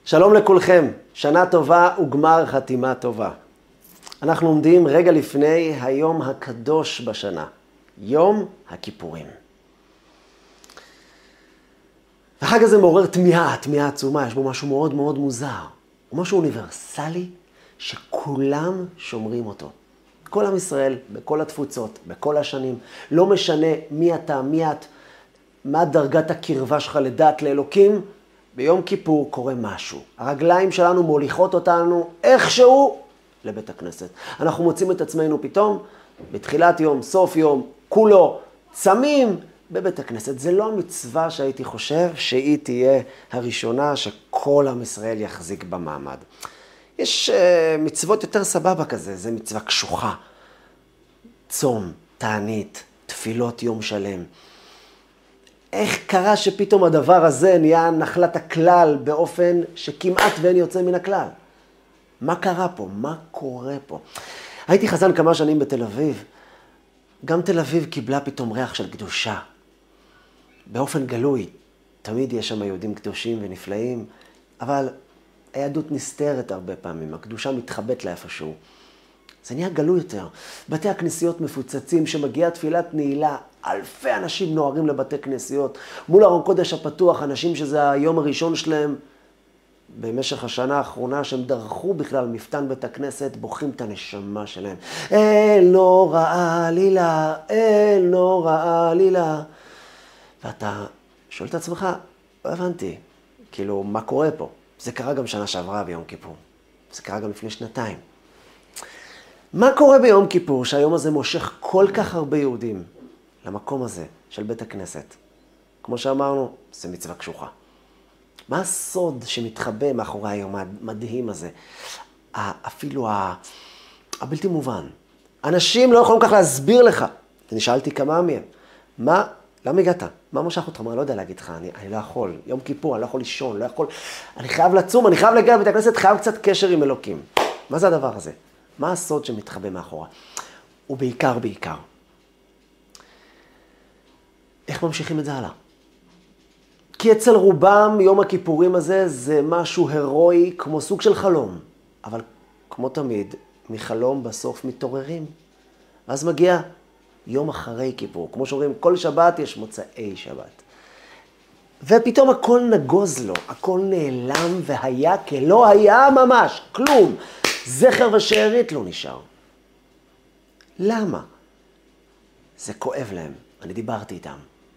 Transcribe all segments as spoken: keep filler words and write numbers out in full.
שלום לכולכם, שנה טובה וגמר חתימה טובה. אנחנו עומדים רגע לפני היום הקדוש בשנה, יום הכיפורים. החג הזה מעורר תמיהה, תמיהה עצומה, יש בו משהו מאוד מאוד מוזר. הוא משהו אוניברסלי שכולם שומרים אותו. כל עם ישראל, בכל התפוצות, בכל השנים, לא משנה מי אתה, מי את, מה דרגת הקרבה שלך לדעת לאלוקים, ביום כיפור קורה משהו. הרגליים שלנו מוליכות אותנו איכשהו לבית הכנסת. אנחנו מוצאים את עצמנו פתאום, בתחילת יום, סוף יום, כולו, צמים בבית הכנסת. זה לא המצווה שהייתי חושב שהיא תהיה הראשונה שכל עם ישראל יחזיק במעמד. יש uh, מצוות יותר סבבה כזה, זה מצווה קשוחה. צום, תענית, תפילות יום שלם. איך קרה שפתאום הדבר הזה נהיה נחלת הכלל באופן שכמעט ואין יוצא מן הכלל? מה קרה פה? מה קורה פה? הייתי חזן כמה שנים בתל אביב. גם תל אביב קיבלה פתאום ריח של קדושה. באופן גלוי. תמיד יש שם יהודים קדושים ונפלאים, אבל היהדות נסתרת הרבה פעמים. הקדושה מתחבאת לאיפשהו. זה נהיה גלוי יותר. בתי הכנסיות מפוצצים, שמגיעה תפילת נעילה, אלפי אנשים נוערים לבתי כנסיות. מול ארון קודש הפתוח, אנשים שזה היום הראשון שלהם, במשך השנה האחרונה, שהם דרכו בכלל מפתן בית הכנסת, בוכים את הנשמה שלהם. אל נורא לילה, אל נורא לילה. ואתה שואל את עצמך, לא הבנתי, כאילו, מה קורה פה? זה קרה גם שנה שעברה ביום כיפור. זה קרה גם לפני שנתיים. מה קורה ביום כיפור שהיום הזה מושך כל כך הרבה יהודים למקום הזה של בית הכנסת? כמו שאמרנו, זה מצווה קשוחה. מה הסוד שמתחבא מאחורי היום המדהים הזה? אפילו הבלתי מובן. אנשים לא יכולים כך להסביר לך. אני שאלתי כמה מהם. מה, למה הגעת? מה מושך אותך? מה, לא יודע להגיד לך, אני, אני לא יכול. יום כיפור, אני לא יכול לישון, לא יכול... אני חייב לצום, אני חייב להגיע לבית הכנסת, חייב קצת קשר עם אלוקים. מה זה הדבר הזה? מה הסוד שמתחבא מאחורה? ובעיקר, בעיקר. איך ממשיכים את זה הלאה? כי אצל רובם יום הכיפורים הזה זה משהו הרואי כמו סוג של חלום. אבל כמו תמיד, מחלום בסוף מתעוררים. ואז מגיע יום אחרי כיפור. כמו שאומרים, כל שבת יש מוצאי שבת. ופתאום הכל נגוז לו, הכל נעלם והיה כלא היה ממש, כלום. זכר ושארית לא נשאר. למה? זה כואב להם. אני דיברתי איתם.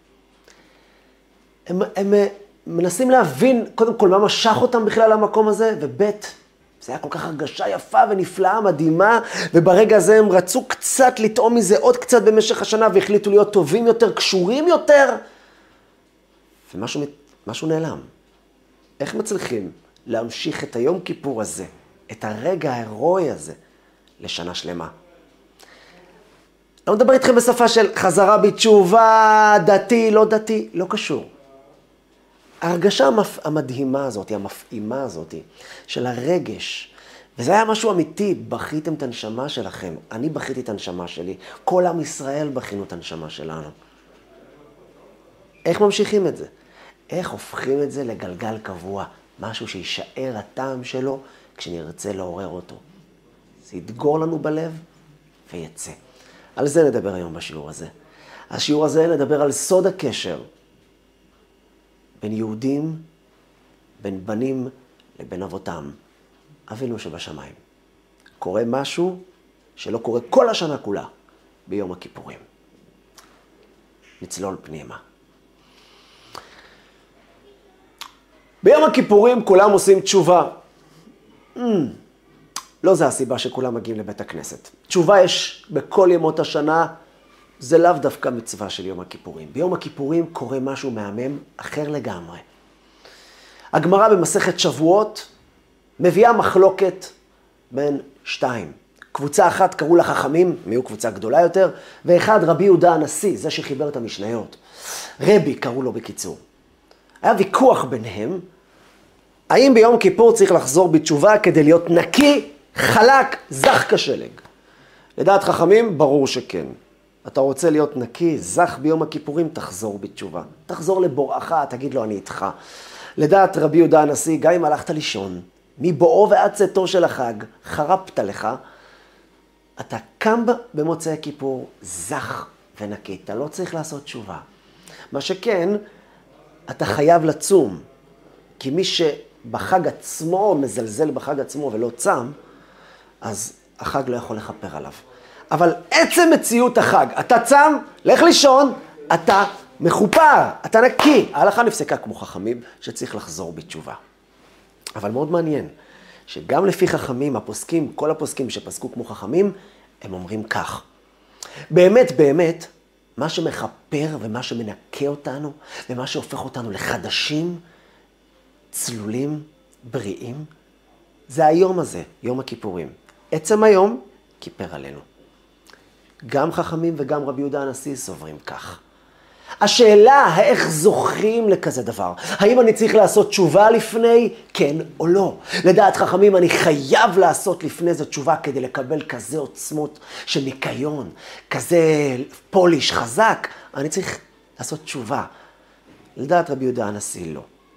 הם, הם מנסים להבין, קודם כל, מה משך אותם בכלל למקום הזה, ובית, זה היה כל כך הרגשה יפה ונפלאה, מדהימה, וברגע הזה הם רצו קצת לטעום מזה עוד קצת במשך השנה, והחליטו להיות טובים יותר, קשורים יותר, ומשהו משהו נעלם. איך מצליחים להמשיך את היום כיפור הזה, את הרגע ההירואי הזה, לשנה שלמה? לא מדבר איתכם בשפה של חזרה בתשובה, דתי, לא דתי, לא קשור. ההרגשה המדהימה הזאת, המפעימה הזאת, של הרגש, וזה היה משהו אמיתי, בכיתם את הנשמה שלכם, אני בכיתי את הנשמה שלי, כל עם ישראל בכינו את הנשמה שלנו. איך ממשיכים את זה? איך הופכים את זה לגלגל קבוע, משהו שישאר הטעם שלו כשנרצה לעורר אותו. זה ידגור לנו בלב ויצא. על זה נדבר היום בשיעור הזה. השיעור הזה נדבר על סוד הקשר בין יהודים, בין בנים לבין אבותם, אבינו שבשמיים. קורה משהו שלא קורה כל השנה כולה ביום הכיפורים. נצלול פנימה. ביום הכיפורים כולם עושים תשובה. Mm. לא זה הסיבה שכולם מגיעים לבית הכנסת. תשובה יש בכל ימות השנה, זה לאו דווקא מצווה של יום הכיפורים. ביום הכיפורים קורה משהו מהמם אחר לגמרי. הגמרא במסכת שבועות מביאה מחלוקת בין שתיים. קבוצה אחת קראו לה חכמים, מי הוא קבוצה גדולה יותר, ואחד רבי יהודה הנשיא, זה שחיבר את המשניות. רבי קראו לו בקיצור. היה ויכוח ביניהם, האם ביום כיפור צריך לחזור בתשובה כדי להיות נקי, חלק, זך כשלג. לדעת חכמים, ברור שכן. אתה רוצה להיות נקי, זך ביום הכיפורים, תחזור בתשובה. תחזור לבוראך, תגיד לו אני איתך. לדעת רבי יהודה הנשיא, גם אם הלכת לישון, מבואו ועד צאתו של החג, חרפת לך, אתה קם במוצאי כיפור, זך ונקי. אתה לא צריך לעשות תשובה. מה שכן, אתה חייב לצום. כי מי שבחג עצמו, מזלזל בחג עצמו ולא צם, אז החג לא יכול לכפר עליו. אבל עצם מציאות החג, אתה צם, לך לישון, אתה מחופר, אתה נקי. ההלכה נפסקה כמו חכמים שצריך לחזור בתשובה. אבל מאוד מעניין, שגם לפי חכמים, הפוסקים, כל הפוסקים שפסקו כמו חכמים, הם אומרים כך. באמת, באמת, מה שמחפר ומה שמנקה אותנו, ומה שהופך אותנו לחדשים, צלולים, בריאים, זה היום הזה, יום הכיפורים. עצם היום, כיפר עלינו. גם חכמים וגם רבי יהודה הנשיא סוברים כך. השאלה, איך זוכים לכזה דבר? האם אני צריך לעשות תשובה לפני, כן או לא? לדעת חכמים, אני חייב לעשות לפני זה תשובה כדי לקבל כזה עוצמות של ניקיון, כזה פוליש חזק. אני צריך לעשות תשובה. לדעת רבי יהודה הנשיא, לא.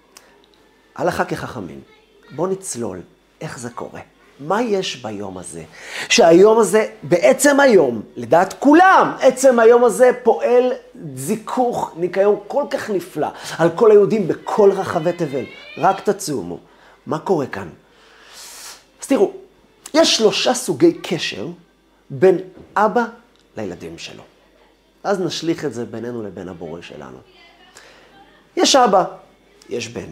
הלכה כחכמים. בוא נצלול איך זה קורה. מה יש ביום הזה? שהיום הזה, בעצם היום, לדעת כולם, עצם היום הזה פועל זיכוך, ניקיון כל כך נפלא, על כל היהודים בכל רחבי תבל. רק תצומו. מה קורה כאן? אז תראו, יש שלושה סוגי קשר בין אבא לילדים שלו. אז נשליך את זה בינינו לבין הבורא שלנו. יש אבא, יש בן.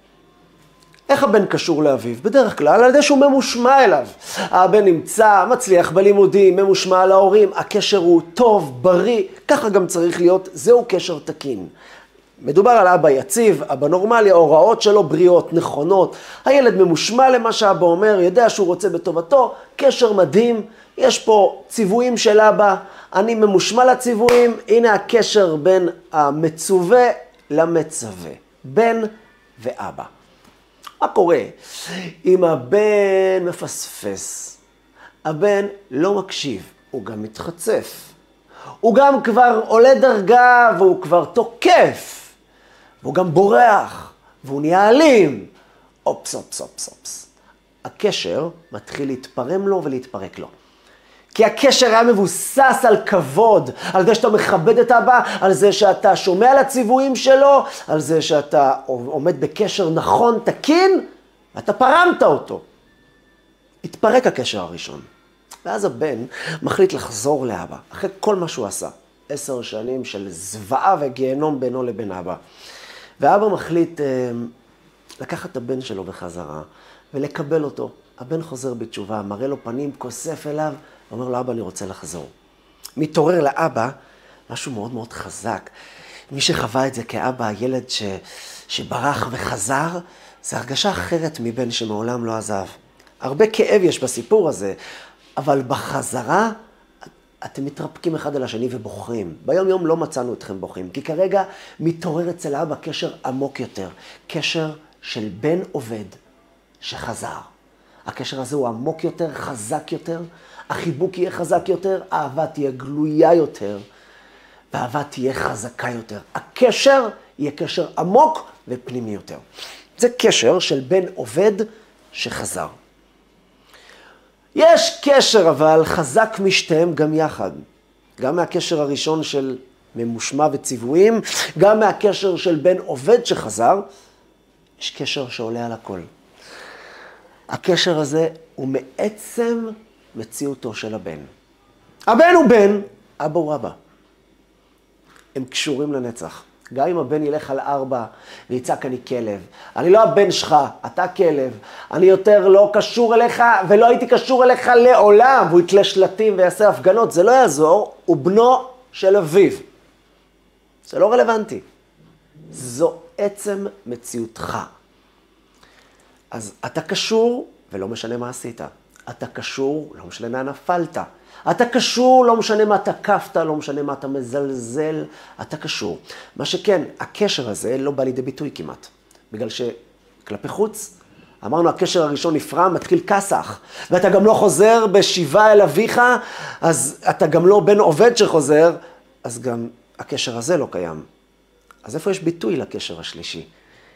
איך הבן קשור לאביו? בדרך כלל, על ידי שהוא ממושמע אליו. הבן נמצא, מצליח בלימודים, ממושמע להורים, הקשר הוא טוב, בריא, ככה גם צריך להיות, זהו קשר תקין. מדובר על אבא יציב, אבא נורמלי, ההוראות שלו בריאות, נכונות, הילד ממושמע למה שאבא אומר, יודע שהוא רוצה בטובתו, קשר מדהים, יש פה ציוויים של אבא, אני ממושמע לציוויים, הנה הקשר בין המצווה למצווה, בן ואבא. מה קורה? אם הבן מפספס, הבן לא מקשיב, הוא גם מתחצף. הוא גם כבר עולה דרגה והוא כבר תוקף. והוא גם בורח, והוא נהיה אלים. אופס, אופס, אופס, אופס. הקשר מתחיל להתפרם לו ולהתפרק לו. כי הקשר היה מבוסס על כבוד, על זה שאתה מכבד את אבא, על זה שאתה שומע לציוויים שלו, על זה שאתה עומד בקשר נכון, תקין, ואתה פרמת אותו. התפרק הקשר הראשון. ואז הבן מחליט לחזור לאבא, אחרי כל מה שהוא עשה. עשר שנים של זוועה וגיהנום בינו לבין אבא. ואבא מחליט אה, לקחת את הבן שלו בחזרה ולקבל אותו. הבן חוזר בתשובה, מראה לו פנים, כוסף אליו, אומר לו, אבא, אני רוצה לחזור. מתעורר לאבא, משהו מאוד מאוד חזק. מי שחווה את זה כאבא, הילד ש... שברח וחזר, זה הרגשה אחרת מבן שמעולם לא עזב. הרבה כאב יש בסיפור הזה, אבל בחזרה אתם מתרפקים אחד על השני ובוחרים. ביום יום לא מצאנו אתכם בוחרים, כי כרגע מתעורר אצל אבא קשר עמוק יותר, קשר של בן עובד שחזר. הקשר הזה הוא עמוק יותר, חזק יותר, החיבוק יהיה חזק יותר, האהבה תהיה גלויה יותר, והאהבה תהיה חזקה יותר. הקשר יהיה קשר עמוק ופנימי יותר. זה קשר של בן עובד שחזר. יש קשר אבל חזק משתיהם גם יחד. גם מהקשר הראשון של ממושמע וציוויים, גם מהקשר של בן עובד שחזר, יש קשר שעולה על הכל. הקשר הזה הוא מעצם מציאותו של הבן. הבן הוא בן, אבא הוא אבא. הם קשורים לנצח. גם אם הבן ילך על ארבע ויצעק אני כלב. אני לא הבן שלך, אתה כלב. אני יותר לא קשור אליך ולא הייתי קשור אליך לעולם. והוא יתלה שלטים ויעשה הפגנות. זה לא יעזור, הוא בנו של אביו. זה לא רלוונטי. זו עצם מציאותך. אז אתה קשור ולא משנה מה עשית. אתה קשור, לא משנה מה נפלת. אתה קשור, לא משנה מה תקפת, לא משנה מה אתה מזלזל, אתה קשור. מה שכן, הקשר הזה לא בא לידי ביטוי כמעט. בגלל שכלפי חוץ, אמרנו, הקשר הראשון נפרם, מתחיל כסח. ואתה גם לא חוזר בשיבה אל אביך, אז אתה גם לא בן עובד שחוזר, אז גם הקשר הזה לא קיים. אז איפה יש ביטוי לקשר השלישי?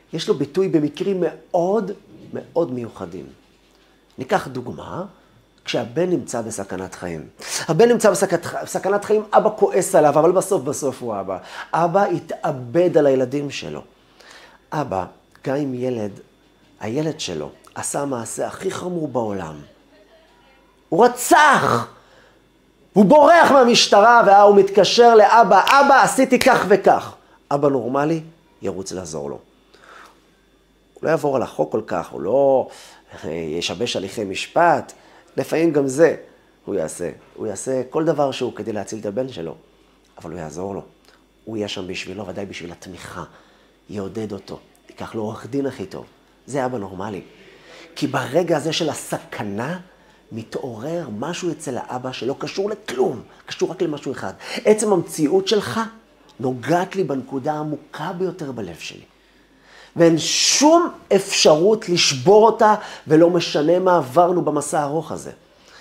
יש לו ביטוי במקרים מאוד מאוד מיוחדים. ניקח דוגמה, כשהבן נמצא בסכנת חיים. הבן נמצא בסכנת, בסכנת חיים, אבא כועס עליו, אבל בסוף בסוף הוא אבא. אבא התאבד על הילדים שלו. אבא, גם עם ילד, הילד שלו עשה המעשה הכי חמור בעולם. הוא רצח! הוא בורח מהמשטרה, והוא מתקשר לאבא, אבא, עשיתי כך וכך. אבא נורמלי, ירוץ לעזור לו. הוא לא יעבור על החוק כל כך, הוא לא ישבש הליכי משפט, לפעמים גם זה הוא יעשה. הוא יעשה כל דבר שהוא כדי להציל את הבן שלו, אבל הוא יעזור לו. הוא יהיה שם בשבילו, ודאי בשביל התמיכה. יעודד אותו, ייקח לו עורך דין הכי טוב. זה אבא נורמלי. כי ברגע הזה של הסכנה, מתעורר משהו אצל האבא שלא קשור לכלום, קשור רק למשהו אחד. עצם המציאות שלך נוגעת לי בנקודה העמוקה ביותר בלב שלי. ואין שום אפשרות לשבור אותה, ולא משנה מה עברנו במסע הארוך הזה.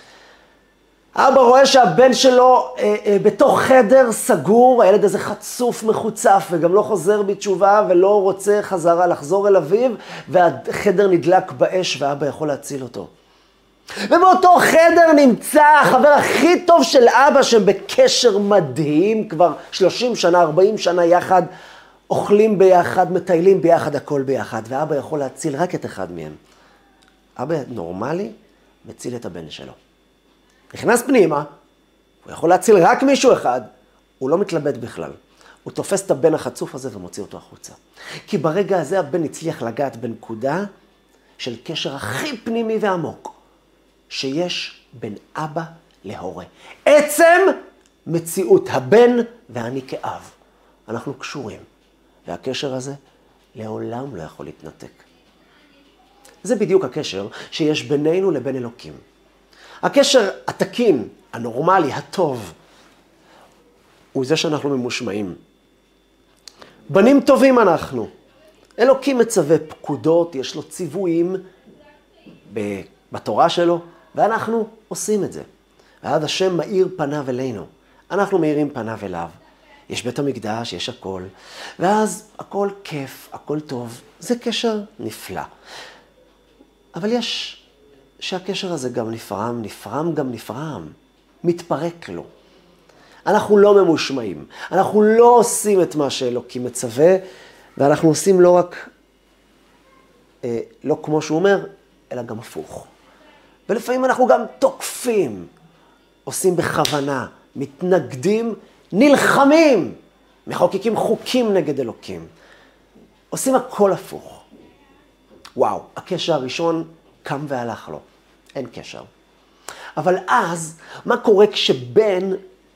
אבא רואה שהבן שלו אה, אה, בתוך חדר סגור, הילד הזה חצוף מחוצף, וגם לא חוזר בתשובה, ולא רוצה חזרה לחזור אל אביו, והחדר נדלק באש, ואבא יכול להציל אותו. ובאותו חדר נמצא החבר הכי טוב של אבא, שהם בקשר מדהים, כבר שלושים שנה, ארבעים שנה יחד, אוכלים ביחד, מטיילים ביחד, הכל ביחד, ואבא יכול להציל רק את אחד מהם. אבא נורמלי מציל את הבן שלו. נכנס פנימה, הוא יכול להציל רק מישהו אחד, הוא לא מתלבט בכלל. הוא תופס את הבן החצוף הזה ומוציא אותו החוצה. כי ברגע הזה הבן הצליח לגעת בנקודה של קשר הכי פנימי ועמוק, שיש בין אבא להורה. עצם מציאות הבן ואני כאב. אנחנו קשורים. והקשר הזה לעולם לא יכול להתנתק. זה בדיוק הקשר שיש בינינו לבין אלוקים. הקשר התקין, הנורמלי, הטוב, הוא זה שאנחנו ממושמעים. בנים טובים אנחנו. אלוקים מצווה פקודות, יש לו ציוויים בתורה שלו, ואנחנו עושים את זה. ועד השם מאיר פניו אלינו. אנחנו מאירים פניו אליו. יש בית המקדש, יש הכל, ואז הכל כיף, הכל טוב. זה קשר נפלא. אבל יש שהקשר הזה גם נפרם, נפרם גם נפרם, מתפרק לו. אנחנו לא ממושמעים, אנחנו לא עושים את מה שאלוקים מצווה, ואנחנו עושים לא רק, אה, לא כמו שהוא אומר, אלא גם הפוך. ולפעמים אנחנו גם תוקפים, עושים בכוונה, מתנגדים, נלחמים, מחוקקים חוקים נגד אלוקים. עושים הכל הפוך. וואו, הקשר הראשון קם והלך לו. אין קשר. אבל אז, מה קורה כשבן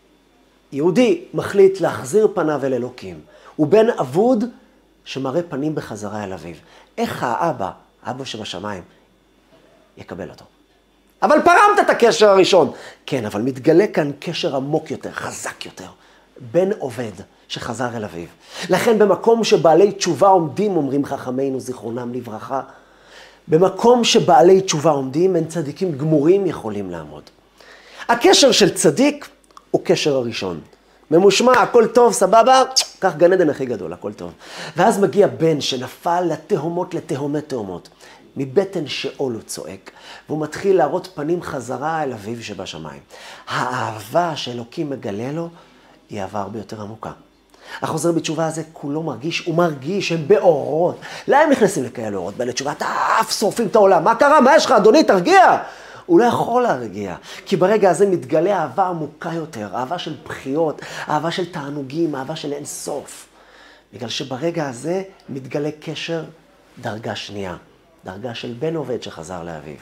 יהודי מחליט להחזיר פניו אל אלוקים? הוא בן אבוד שמראה פנים בחזרה אל אביו. איך האבא, האבא שבשמיים, יקבל אותו? אבל פרמת את הקשר הראשון. כן, אבל מתגלה כאן קשר עמוק יותר, חזק יותר. בן עובד שחזר אל אביו. לכן במקום שבעלי תשובה עומדים, אומרים חכמינו זיכרונם לברכה, במקום שבעלי תשובה עומדים, אין צדיקים גמורים יכולים לעמוד. הקשר של צדיק הוא קשר הראשון. ממושמע, הכל טוב, סבבה, כך גן עדן הכי גדול, הכל טוב. ואז מגיע בן שנפל לתהומות, לתהומי תהומות. מבטן שאול הוא צועק, והוא מתחיל להראות פנים חזרה אל אביו שבשמיים. האהבה שאלוקים מגלה לו, היא אהבה הרבה יותר עמוקה. החוזר בתשובה הזה כולו מרגיש, הוא מרגיש, הם באורות. להם נכנסים לכאלה אורות, בעלי תשובה, אתה אף שורפים את העולם. מה קרה? מה יש לך, אדוני? תרגיע. הוא לא יכול להרגיע, כי ברגע הזה מתגלה אהבה עמוקה יותר, אהבה של בחיות, אהבה של תענוגים, אהבה של אין סוף. בגלל שברגע הזה מתגלה קשר דרגה שנייה, דרגה של בן עובד שחזר לאביו.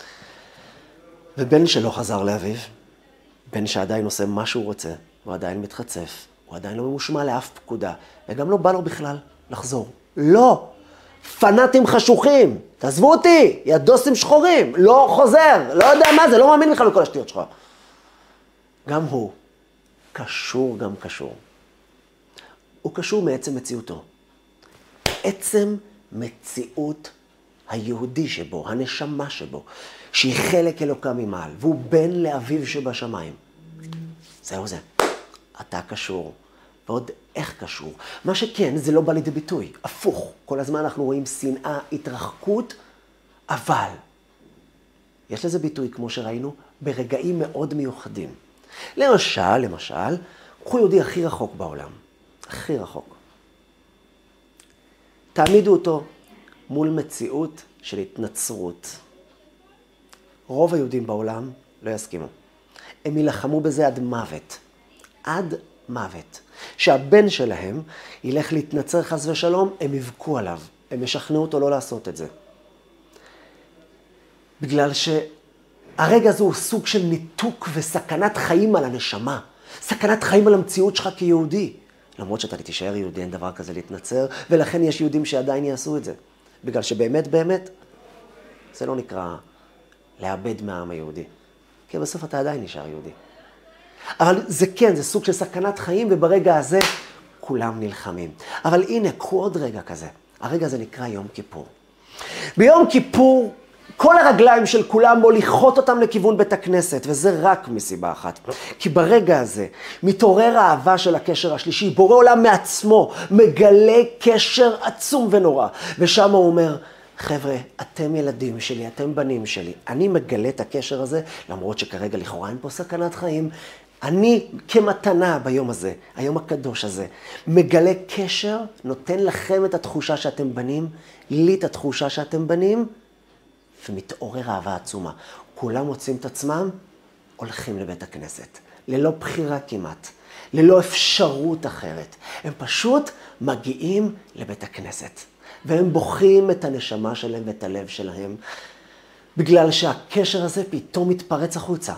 ובן שלא חזר לאביו, בן שעדיין עושה מה שהוא רוצה, הוא עדיין מתחצף, הוא עדיין לא ממושמע לאף פקודה, וגם לא בא לו בכלל לחזור. לא! פנאטים חשוכים, תעזבו אותי, ידוסים שחורים, לא חוזר, לא יודע מה זה, לא מאמין בכלל לכל השטויות שלך. גם הוא קשור גם קשור. הוא קשור מעצם מציאותו. עצם מציאות היהודי שבו, הנשמה שבו, שהיא חלק אלוקה ממעל, והוא בן לאביו שבשמיים. זהו זה, אתה קשור, ועוד איך קשור. מה שכן, זה לא בא לידי ביטוי. הפוך, כל הזמן אנחנו רואים שנאה, התרחקות, אבל יש לזה ביטוי, כמו שראינו, ברגעים מאוד מיוחדים. למשל, למשל, קחו יהודי הכי רחוק בעולם. הכי רחוק. תעמידו אותו מול מציאות של התנצרות. רוב היהודים בעולם לא יסכימו. הם ילחמו בזה עד מוות. עד מוות. שהבן שלהם ילך להתנצר חס ושלום, הם יבכו עליו. הם ישכנעו אותו לא לעשות את זה. בגלל שהרגע הזה הוא סוג של ניתוק וסכנת חיים על הנשמה. סכנת חיים על המציאות שלך כיהודי. למרות שאתה תישאר יהודי, אין דבר כזה להתנצר, ולכן יש יהודים שעדיין יעשו את זה. בגלל שבאמת, באמת, זה לא נקרא לאבד מהעם היהודי. כי בסוף אתה עדיין נשאר יהודי. אבל זה כן, זה סוג של סכנת חיים, וברגע הזה כולם נלחמים. אבל הנה, קחו עוד רגע כזה. הרגע הזה נקרא יום כיפור. ביום כיפור, כל הרגליים של כולם מוליכות אותם לכיוון בית הכנסת, וזה רק מסיבה אחת. כי ברגע הזה מתעורר האהבה של הקשר השלישי, בורא עולם מעצמו, מגלה קשר עצום ונורא. ושם הוא אומר, חבר'ה, אתם ילדים שלי, אתם בנים שלי. אני מגלה את הקשר הזה, למרות שכרגע לכאורה אין פה סכנת חיים. אני כמתנה ביום הזה, היום הקדוש הזה, מגלה קשר, נותן לכם את התחושה שאתם בנים, לי את התחושה שאתם בנים, ומתעורר אהבה עצומה. כולם מוצאים את עצמם, הולכים לבית הכנסת. ללא בחירה כמעט, ללא אפשרות אחרת. הם פשוט מגיעים לבית הכנסת. והם בוכים את הנשמה שלהם ואת הלב שלהם, בגלל שהקשר הזה פתאום מתפרץ החוצה.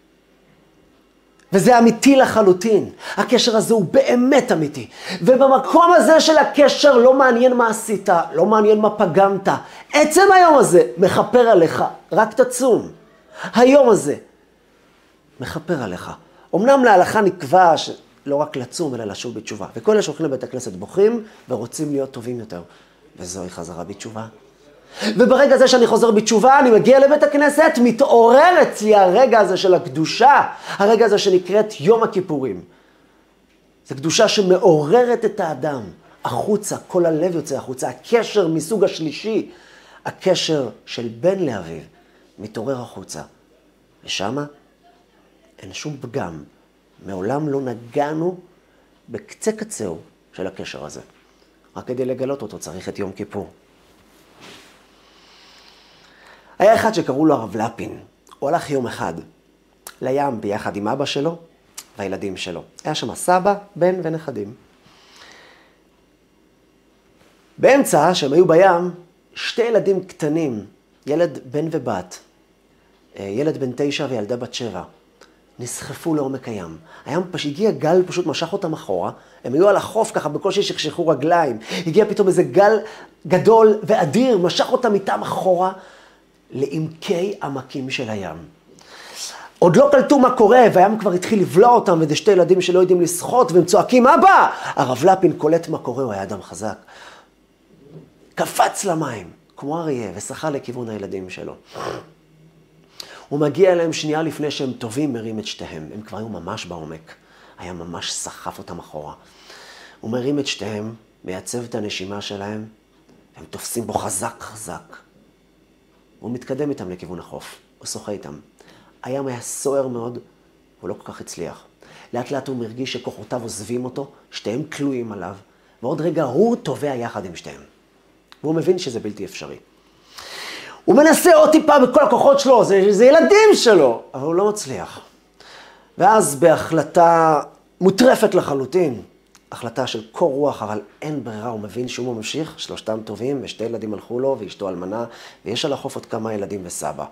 וזה אמיתי לחלוטין. הקשר הזה הוא באמת אמיתי. ובמקום הזה של הקשר לא מעניין מה עשית, לא מעניין מה פגמת. עצם היום הזה מחפר עליך, רק תצום. היום הזה מחפר עליך. אמנם להלכה נקבע שלא רק לצום, אלא לשוב בתשובה. וכל אלה שהולכים לבית הכנסת בוכים ורוצים להיות טובים יותר. וזוהי חזרה בתשובה. וברגע הזה שאני חוזר בתשובה, אני מגיע לבית הכנסת, מתעורר אצלי הרגע הזה של הקדושה, הרגע הזה שנקראת יום הכיפורים. זו קדושה שמעוררת את האדם, החוצה, כל הלב יוצא החוצה, הקשר מסוג השלישי, הקשר של בן לאביו, מתעורר החוצה. ושמה אין שום פגם, מעולם לא נגענו בקצה קצהו של הקשר הזה. רק כדי לגלות אותו צריך את יום כיפור. היה אחד שקראו לו הרב לפין. הוא הלך יום אחד לים ביחד עם אבא שלו והילדים שלו. היה שם סבא, בן ונכדים. באמצע, שהם היו בים, שתי ילדים קטנים, ילד בן ובת, ילד בן תשע וילדה בת שבע, נסחפו לעומק הים. הים פשוט הגיע גל, פשוט משך אותם אחורה. הם היו על החוף ככה, בקושי שכשכו רגליים. הגיע פתאום איזה גל גדול ואדיר, משך אותם איתם אחורה לעמקי עמקים של הים. עוד לא קלטו מה קורה, והים כבר התחיל לבלוע אותם, וזה שתי ילדים שלא יודעים לשחות, והם צועקים, אבא! הרב לפין קולט מה קורה, הוא היה אדם חזק. קפץ למים, כמו אריה, ושחה לכיוון הילדים שלו. הוא מגיע אליהם שנייה לפני שהם טובים, מרים את שתיהם. הם כבר היו ממש בעומק. היה ממש סחף אותם אחורה. הוא מרים את שתיהם, מייצב את הנשימה שלהם, הם תופסים בו חזק חזק. הוא מתקדם איתם לכיוון החוף, הוא שוחה איתם. הים היה סוער מאוד, הוא לא כל כך הצליח. לאט לאט הוא מרגיש שכוחותיו עוזבים אותו, שתיהם תלויים עליו, ועוד רגע הוא טובע יחד עם שתיהם. והוא מבין שזה בלתי אפשרי. הוא מנסה עוד טיפה בכל הכוחות שלו, זה, זה ילדים שלו, אבל הוא לא מצליח. ואז בהחלטה מוטרפת לחלוטין, החלטה של קור רוח, אבל אין ברירה, הוא מבין שהוא ממשיך, שלושתם טובים, ושתי ילדים הלכו לו, ואשתו אלמנה, ויש על החוף עוד כמה ילדים וסבא.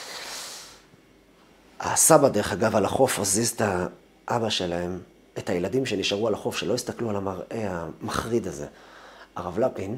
הסבא, דרך אגב, על החוף הזיז את האבא שלהם, את הילדים שנשארו על החוף, שלא הסתכלו על המראה המחריד הזה. הרב לפין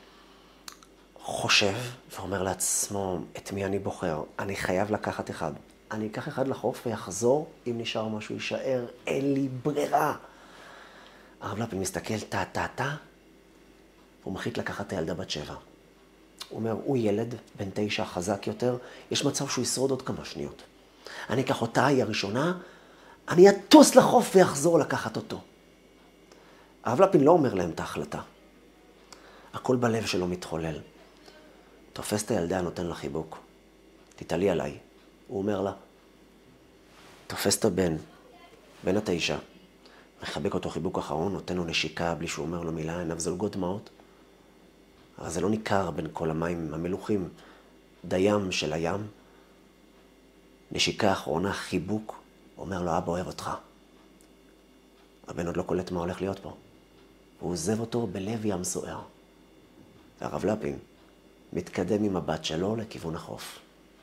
חושב ואומר לעצמו, את מי אני בוחר? אני חייב לקחת אחד. אני אקח אחד לחוף ויחזור, אם נשאר משהו יישאר, אין לי ברירה. הרב לפין מסתכל, טה, טה, טה, הוא מחליט לקחת את הילדה בת שבע. הוא אומר, הוא ילד, בן תשע, חזק יותר, יש מצב שהוא ישרוד עוד כמה שניות. אני אקח אותה, היא הראשונה, אני אטוס לחוף ויחזור לקחת אותו. הרב לפין לא אומר להם את ההחלטה. הכל בלב שלו מתחולל. תופס את הילדה, נותן לה חיבוק. תתעלי עליי. הוא אומר לה. תופס את הבן, בן התשע. מחבק אותו חיבוק אחרון, נותן לו נשיקה בלי שהוא אומר לו מילה, עיניו זולגות דמעות. אבל זה לא ניכר בין כל המים המלוכים, דים של הים. נשיקה אחרונה, חיבוק, אומר לו, אבא אוהב אותך. הבן עוד לא קולט מה הולך להיות פה. הוא עוזב אותו בלב ים סוער. והרב לפין מתקדם עם הבת שלו לכיוון החוף.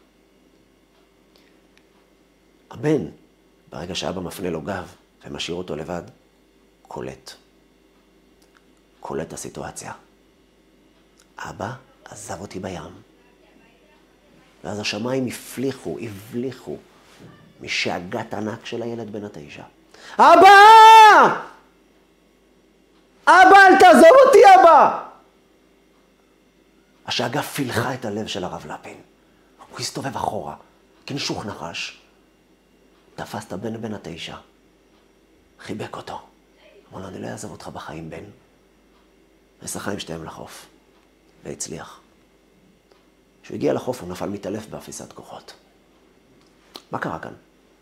הבן, ברגע שאבא מפנה לו גב ומשאיר אותו לבד, קולט. קולט את הסיטואציה. אבא עזב אותי בים. ואז השמיים הפליחו, הבליחו משאגת ענק של הילד בן התשע. אבא! אבא, אל תעזוב אותי, אבא! השאגה פילחה את הלב של הרב לפין. הוא הסתובב אחורה, כנשוך נחש. תפס את הבן בן התשע. חיבק אותו. אמר לו, אני לא אעזוב אותך בחיים, בן. ושחה עם שתיהם לחוף. והצליח. כשהוא הגיע לחוף, הוא נפל מתעלף באפיסת כוחות. מה קרה כאן?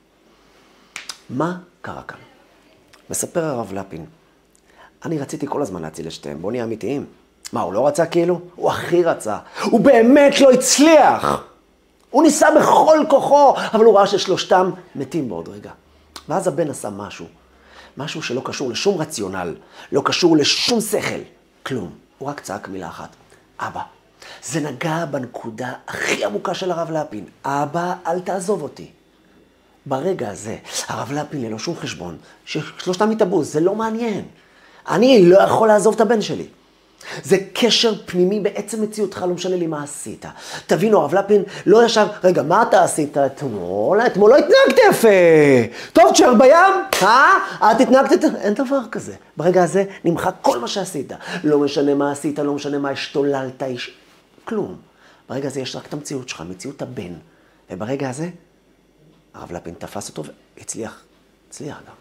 מה קרה כאן? מספר הרב לפין, אני רציתי כל הזמן להציל את שתיהם, בוא נהיה אמיתיים. מה, הוא לא רצה כאילו? הוא הכי רצה. הוא באמת לא הצליח. הוא ניסה בכל כוחו, אבל הוא ראה ששלושתם מתים בעוד רגע. ואז הבן עשה משהו. משהו שלא קשור לשום רציונל, לא קשור לשום שכל. כלום. הוא רק צעק מילה אחת. אבא. זה נגע בנקודה הכי עמוקה של הרב לפין. אבא, אל תעזוב אותי. ברגע הזה, הרב לפין ללא שום חשבון, ששלושתם התאבו, זה לא מעניין. אני לא יכול לעזוב את הבן שלי. זה קשר פנימי בעצם מציאותך, לא משנה לי מה עשית. תבינו, הרב לפין לא ישב, רגע, מה אתה עשית אתמול? אתמול לא התנהגת יפה. טוב, תשאר בים, אה? את התנהגת, אין דבר כזה. ברגע הזה נמחק כל מה שעשית. לא משנה מה עשית, לא משנה מה השתוללת, איש... כלום. ברגע הזה יש רק את המציאות שלך, מציאות הבן. וברגע הזה, הרב לפין תפס אותו והצליח, הצליח גם.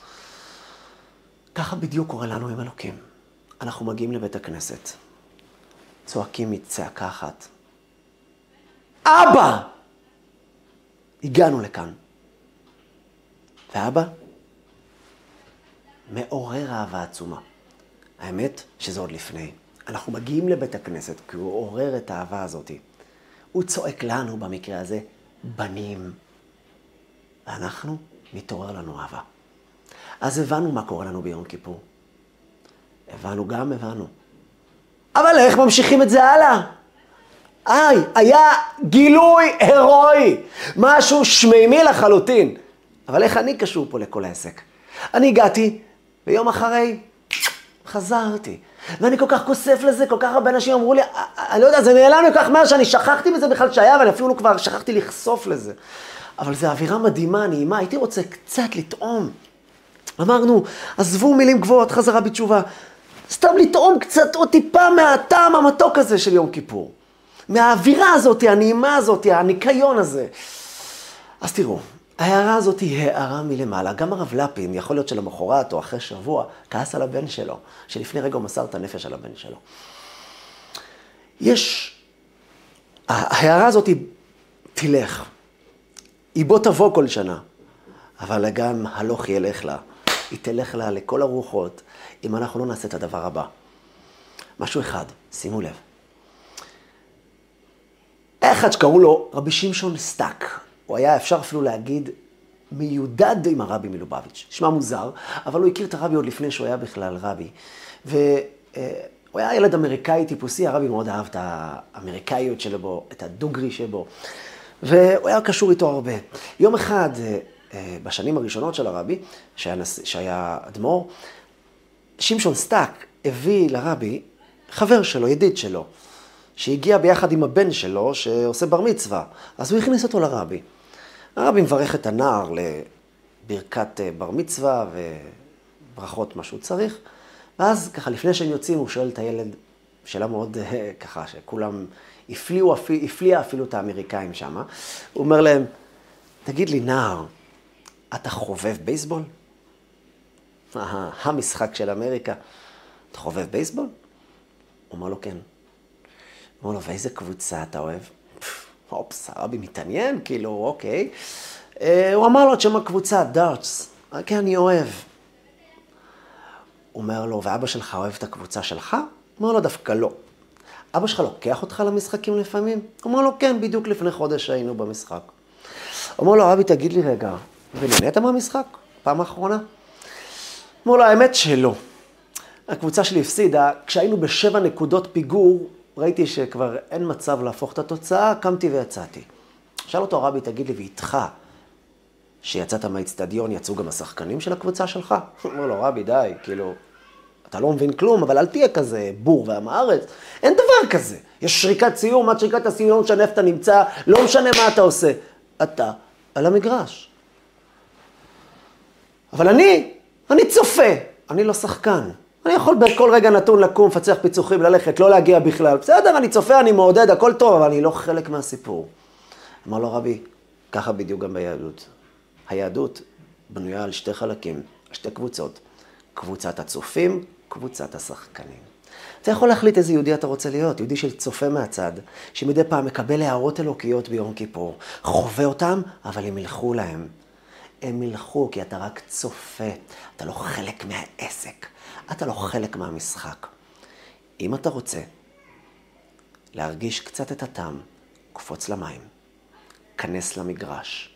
ככה בדיוק קורה לנו עם אלוקים. אנחנו מגיעים לבית הכנסת, צועקים מצעקה אחת. אבא! הגענו לכאן. ואבא מעורר אהבה עצומה. האמת שזה עוד לפני. אנחנו מגיעים לבית הכנסת כי הוא עורר את האהבה הזאת. הוא צועק לנו במקרה הזה, בנים. ואנחנו מתעורר לנו אהבה. אז הבנו מה קורה לנו ביום כיפור. הבנו גם, הבנו. אבל איך ממשיכים את זה הלאה? איי, היה גילוי הירואי. משהו שמימי לחלוטין. אבל איך אני קשור פה לכל העסק? אני הגעתי, ויום אחרי חזרתי. ואני כל כך כוסף לזה, כל כך הרבה אנשים אמרו לי, אני לא יודע, זה נעלם לי כל כך מהר שאני שכחתי מזה בכלל שהיה, ואני אפילו כבר שכחתי לחשוף לזה. אבל זו אווירה מדהימה, נעימה, הייתי רוצה קצת לטעום. אמרנו, עזבו מילים גבוהות, חזרה בתשובה. סתם לטעום קצת או טיפה מהטעם המתוק הזה של יום כיפור. מהאווירה הזאת, הנעימה הזאת, הניקיון הזה. אז תראו, ההערה הזאת היא הערה מלמעלה. גם הרב לפין, יכול להיות שלמחרת או אחרי שבוע, כעס על הבן שלו, שלפני רגע הוא מסר את הנפש על הבן שלו. יש, ההערה הזאת היא תלך. היא בוא תבוא כל שנה, אבל גם הלוך ילך לה. היא תלך לה לכל הרוחות, אם אנחנו לא נעשה את הדבר הבא. משהו אחד, שימו לב. אחד שקראו לו רבי שמשון סטאק. הוא היה, אפשר אפילו להגיד, מיודד עם הרבי מלובביץ'. שמה מוזר, אבל הוא הכיר את הרבי עוד לפני שהוא היה בכלל רבי. והוא היה ילד אמריקאי טיפוסי, הרבי מאוד אהב את האמריקאיות שלו, את הדוגרי שבו. והוא היה קשור איתו הרבה. יום אחד, בשנים הראשונות של הרבי, שהיה, שהיה אדמו"ר, שמשון סטאק הביא לרבי חבר שלו, ידיד שלו, שהגיע ביחד עם הבן שלו שעושה בר מצווה. אז הוא הכניס אותו לרבי. הרבי מברך את הנער לברכת בר מצווה וברכות מה שהוא צריך. ואז ככה לפני שהם יוצאים הוא שואל את הילד, שאלה מאוד ככה שכולם הפליאו, הפליאה אפילו את האמריקאים שם. הוא אומר להם, תגיד לי נער, אתה חובב בייסבול? המשחק של אמריקה. אתה חובב בייסבול? הוא אומר לו, כן. הוא אומר לו, ואיזה קבוצה אתה אוהב? אופס, הרבי מתעניין, כאילו, אוקיי. הוא אמר לו, שמה קבוצה, דארטס. כן, אני אוהב. הוא אומר לו, ואבא שלך אוהב את הקבוצה שלך? הוא אומר לו, דווקא לא. אבא שלך לוקח אותך למשחקים לפעמים? הוא אומר לו, כן, בדיוק לפני חודש היינו במשחק. הוא אומר לו, אבי, תגיד לי רגע, ונהנית מהמשחק? פעם האחרונה? הוא אומר לו, האמת שלא. הקבוצה שלי הפסידה, כשהיינו בשבע נקודות פיגור, ראיתי שכבר אין מצב להפוך את התוצאה, קמתי ויצאתי. שאל אותו, רבי, תגיד לי, ואיתך, שיצאת מהאצטדיון, יצאו גם השחקנים של הקבוצה שלך? הוא אומר לו, רבי, די, כאילו, אתה לא מבין כלום, אבל אל תהיה כזה בור ועם הארץ. אין דבר כזה. יש שריקת סיום, עד שריקת הסיום, לא משנה איפה אתה נמצא, לא משנה מה אתה עושה. אתה על המגרש. אבל אני, אני צופה, אני לא שחקן. אני יכול בכל רגע נתון לקום, פצח פיצוחים, ללכת, לא להגיע בכלל. בסדר, אני צופה, אני מעודד, הכל טוב, אבל אני לא חלק מהסיפור. אמר לו, רבי, ככה בדיוק גם ביהדות. היהדות בנויה על שתי חלקים, שתי קבוצות. קבוצת הצופים, קבוצת השחקנים. אתה יכול להחליט איזה יהודי אתה רוצה להיות, יהודי של צופה מהצד, שמדי פעם מקבל הערות אלוקיות ביום כיפור, חווה אותם, אבל הם ילכו להם. הם ילכו כי אתה רק צופה, אתה לא חלק מהעסק, אתה לא חלק מהמשחק. אם אתה רוצה להרגיש קצת את הטעם, קפוץ למים, כנס למגרש,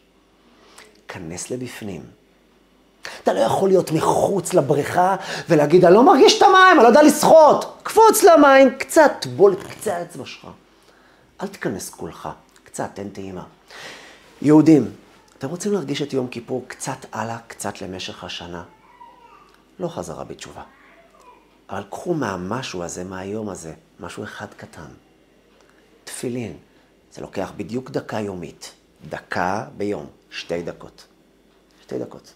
כנס לבפנים. אתה לא יכול להיות מחוץ לבריכה ולהגיד, אני לא מרגיש את המים, אני לא יודע לשחות. קפוץ למים, קצת, בול קצה האצבע שלך. אל תיכנס כולך, קצת, תן טעימה. יהודים, אתם רוצים להרגיש את יום כיפור קצת הלאה, קצת למשך השנה? לא חזרה בתשובה. אבל קחו מהמשהו הזה, מהיום הזה, משהו אחד קטן. תפילין, זה לוקח בדיוק דקה יומית. דקה ביום, שתי דקות. שתי דקות.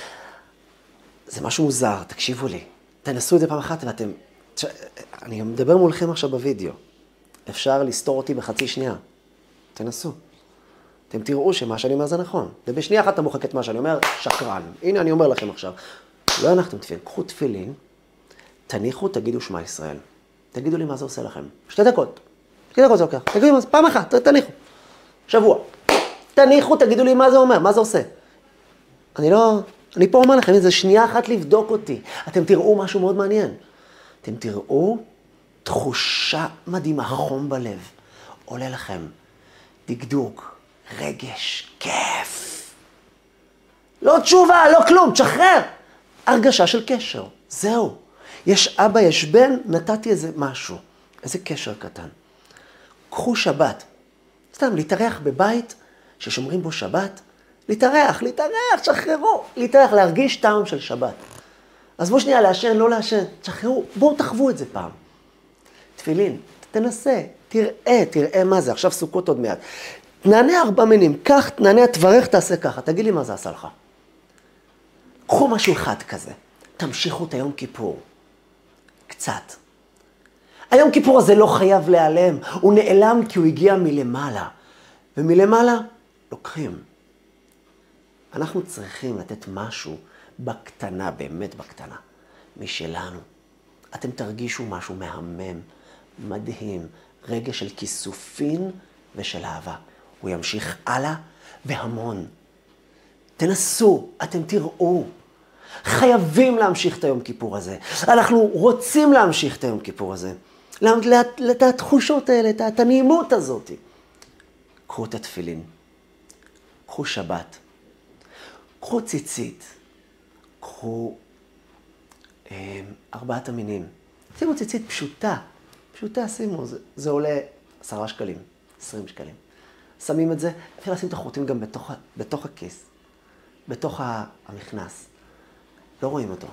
זה משהו מוזר, תקשיבו לי. תנסו את זה פעם אחת ואתם... אני מדבר מולכם עכשיו בווידאו. אפשר לסתור אותי בחצי שנייה. תנסו. אתם תראו שמה שאני אומר זה נכון. ובשנייה אחת אתה מוחק את מה שאני אומר, שקרן. הנה אני אומר לכם עכשיו. לא הנחתם תפילין, קחו תפילין, תניחו, תגידו שמע ישראל. תגידו לי מה זה עושה לכם. שתי דקות. שתי דקות זה לוקח. תגידו לי מה זה, פעם אחת, תניחו. שבוע. תניחו, תגידו לי מה זה אומר, מה זה עושה. אני לא... אני פה אומר לכם, זה שנייה אחת לבדוק אותי. אתם תראו משהו מאוד מעניין. אתם תראו תחושה מדהימה, חום בלב. עולה לכם דקדוק, רגש, כיף. לא תשובה, לא כלום, תשחרר. הרגשה של קשר, זהו. יש אבא, יש בן, נתתי איזה משהו. איזה קשר קטן. קחו שבת. סתם, להתארח בבית ששומרים בו שבת. להתארח, להתארח, תשחררו. להתארח, להרגיש טעם של שבת. אז בואו שנייה, לעשן, לא לעשן. תשחררו, בואו תחוו את זה פעם. תפילין, תנסה, תראה, תראה מה זה. עכשיו סוכות עוד מעט. תנענה ארבע מינים, קח, תנענה, תברך, תעשה ככה. תגיד לי מה זה עשה לך. קחו משהו אחד כזה. תמשיכו את היום כיפור. קצת. היום כיפור הזה לא חייב להיעלם. הוא נעלם כי הוא הגיע מלמעלה. ומלמעלה לוקחים. אנחנו צריכים לתת משהו בקטנה, באמת בקטנה, משלנו. אתם תרגישו משהו מהמם, מדהים, רגע של כיסופין ושל אהבה. הוא ימשיך הלאה והמון. תנסו, אתם תראו. חייבים להמשיך את היום כיפור הזה. אנחנו רוצים להמשיך את היום כיפור הזה. את התחושות האלה, את הנעימות הזאת. קחו את התפילין. קחו שבת. קחו ציצית. קחו אה, ארבעת המינים. שימו ציצית פשוטה. פשוטה, שימו. זה, זה עולה עשרה שקלים, עשרים שקלים. שמים את זה, אפשר לשים את החוטים גם בתוך, בתוך הכיס. בתוך המכנס. לא רואים אותו.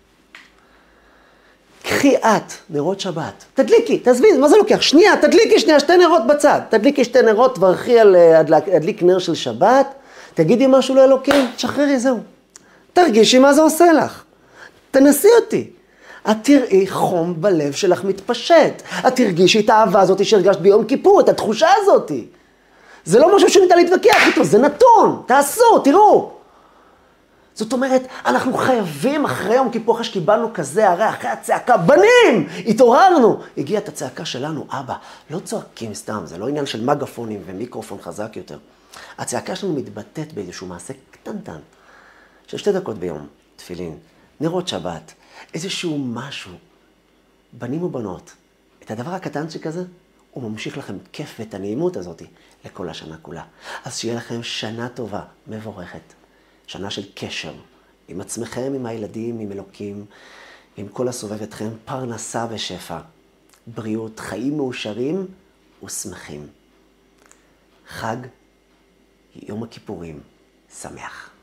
קחי את, נרות שבת. תדליקי, תעזבי, מה זה לוקח? שנייה, תדליקי שנייה, שתי נרות בצד. תדליקי שתי נרות, תברכי על הדליק נר של שבת. תגידי משהו לאלוקים, תשחררי, זהו. תרגישי מה זה עושה לך. תנסי אותי. את תראי חום בלב שלך מתפשט. את תרגישי את האהבה הזאת שהרגשת ביום כיפור, את התחושה הזאת. זה לא משהו שניתן להתווכח איתו, זה נתון. תעשו, תראו. זאת אומרת, אנחנו חייבים אחרי יום כיפור, אחרי שקיבלנו כזה הרי, אחרי הצעקה, בנים! התעוררנו! הגיעה את הצעקה שלנו, אבא. לא צועקים סתם, זה לא עניין של מגפונים ומיקרופון חזק יותר. הצעקה שלנו מתבטאת באיזשהו מעשה קטנטן, של שתי דקות ביום, תפילין, נרות שבת, איזשהו משהו. בנים ובנות, את הדבר הקטנצ'יק הזה, הוא ממשיך לכם כיף ואת הנעימות הזאת לכל השנה כולה. אז שיהיה לכם שנה טובה, מבורכת. שנה של קשר, עם עצמכם, עם הילדים, עם אלוקים, עם כל הסובב אתכם, פרנסה ושפע, בריאות, חיים מאושרים ושמחים. חג יום הכיפורים שמח.